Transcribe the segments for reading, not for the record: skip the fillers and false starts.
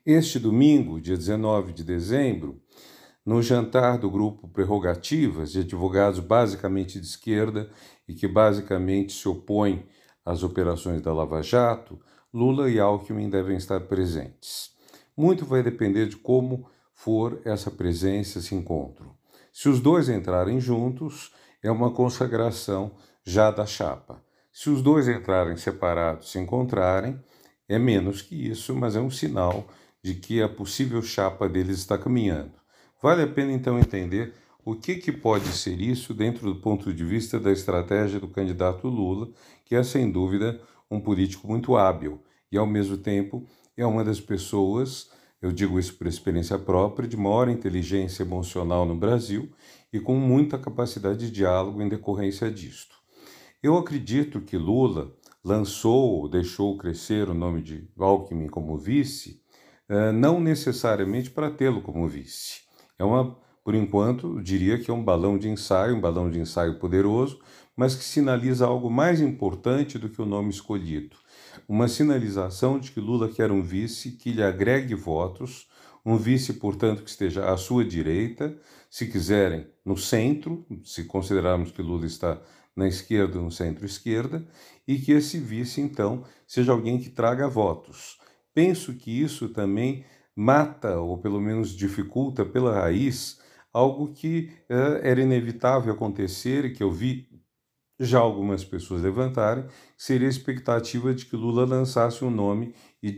Este domingo, dia 19 de dezembro, no jantar do grupo Prerrogativas, de advogados basicamente de esquerda e que basicamente se opõem às operações da Lava Jato, Lula e Alckmin devem estar presentes. Muito vai depender de como for essa presença, esse encontro. Se os dois entrarem juntos, é uma consagração já da chapa. Se os dois entrarem separados, se encontrarem, é menos que isso, mas é um sinal de que a possível chapa deles está caminhando. Vale a pena então entender o que pode ser isso dentro do ponto de vista da estratégia do candidato Lula, que é sem dúvida um político muito hábil e ao mesmo tempo é uma das pessoas, eu digo isso por experiência própria, de maior inteligência emocional no Brasil e com muita capacidade de diálogo em decorrência disto. Eu acredito que Lula lançou ou deixou crescer o nome de Alckmin como vice, não necessariamente para tê-lo como vice. Por enquanto, eu diria que é um balão de ensaio poderoso, mas que sinaliza algo mais importante do que o nome escolhido. Uma sinalização de que Lula quer um vice que lhe agregue votos, um vice, portanto, que esteja à sua direita, se quiserem, no centro, se considerarmos que Lula está na esquerda, no centro-esquerda, e que esse vice, então, seja alguém que traga votos. Penso que isso também mata, ou pelo menos dificulta pela raiz, algo que era inevitável acontecer e que eu vi já algumas pessoas levantarem, seria a expectativa de que Lula lançasse um nome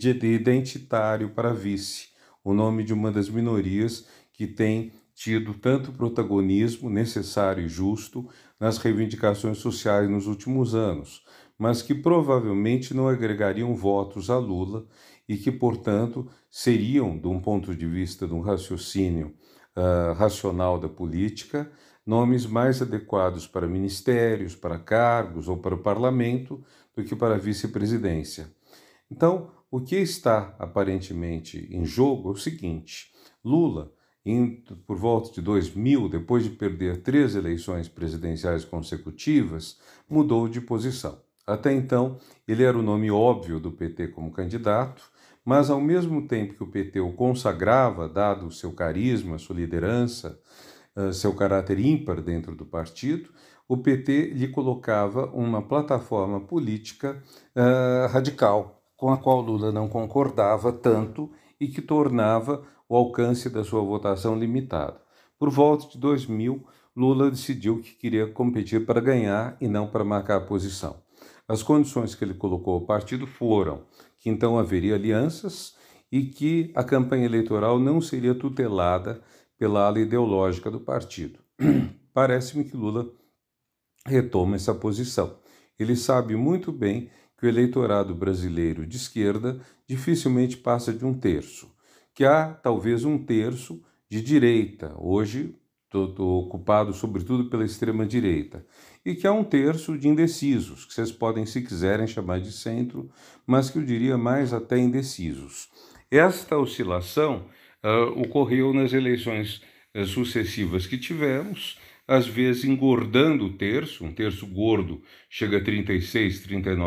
identitário para vice, o nome de uma das minorias que tem tido tanto protagonismo necessário e justo nas reivindicações sociais nos últimos anos, mas que provavelmente não agregariam votos a Lula e que, portanto, seriam, de um ponto de vista de um raciocínio racional da política, nomes mais adequados para ministérios, para cargos ou para o parlamento do que para a vice-presidência. Então, o que está aparentemente em jogo é o seguinte: Lula, por volta de 2000, depois de perder 3 eleições presidenciais consecutivas, mudou de posição. Até então, ele era o nome óbvio do PT como candidato, mas ao mesmo tempo que o PT o consagrava, dado o seu carisma, sua liderança, seu caráter ímpar dentro do partido, o PT lhe colocava uma plataforma política radical, com a qual Lula não concordava tanto e que tornava o alcance da sua votação limitado. Por volta de 2000, Lula decidiu que queria competir para ganhar e não para marcar a posição. As condições que ele colocou ao partido foram que então haveria alianças e que a campanha eleitoral não seria tutelada pela ala ideológica do partido. Parece-me que Lula retoma essa posição. Ele sabe muito bem que o eleitorado brasileiro de esquerda dificilmente passa de 1/3, que há talvez 1/3 de direita, hoje ocupado sobretudo pela extrema-direita, e que há 1/3 de indecisos, que vocês podem, se quiserem, chamar de centro, mas que eu diria mais até indecisos. Esta oscilação ocorreu nas eleições sucessivas que tivemos, às vezes engordando o terço, um terço gordo chega a 36%,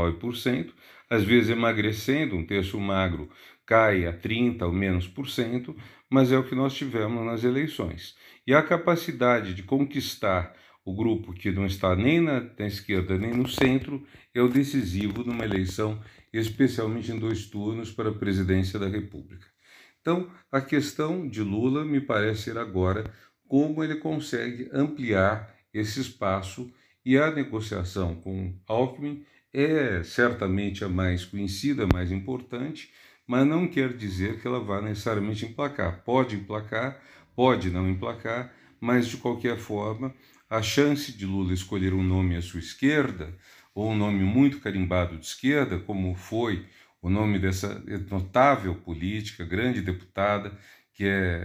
39%, às vezes emagrecendo, um terço magro cai a 30% ou menos por cento, mas é o que nós tivemos nas eleições. E a capacidade de conquistar o grupo que não está nem na esquerda nem no centro é o decisivo numa eleição, especialmente em 2 turnos para a presidência da República. Então, a questão de Lula me parece ser agora como ele consegue ampliar esse espaço, e a negociação com Alckmin é certamente a mais conhecida, a mais importante, mas não quer dizer que ela vá necessariamente emplacar. Pode emplacar, pode não emplacar, mas de qualquer forma, a chance de Lula escolher um nome à sua esquerda, ou um nome muito carimbado de esquerda, como foi o nome dessa notável política, grande deputada, que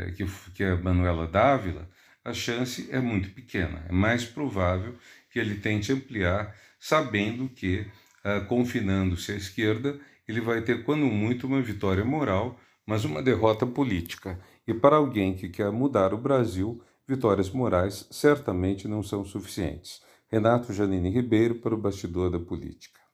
é Manuela Dávila, a chance é muito pequena. É mais provável que ele tente ampliar, sabendo que, confinando-se à esquerda, ele vai ter, quando muito, uma vitória moral, mas uma derrota política. E para alguém que quer mudar o Brasil, vitórias morais certamente não são suficientes. Renato Janine Ribeiro, para o Bastidor da Política.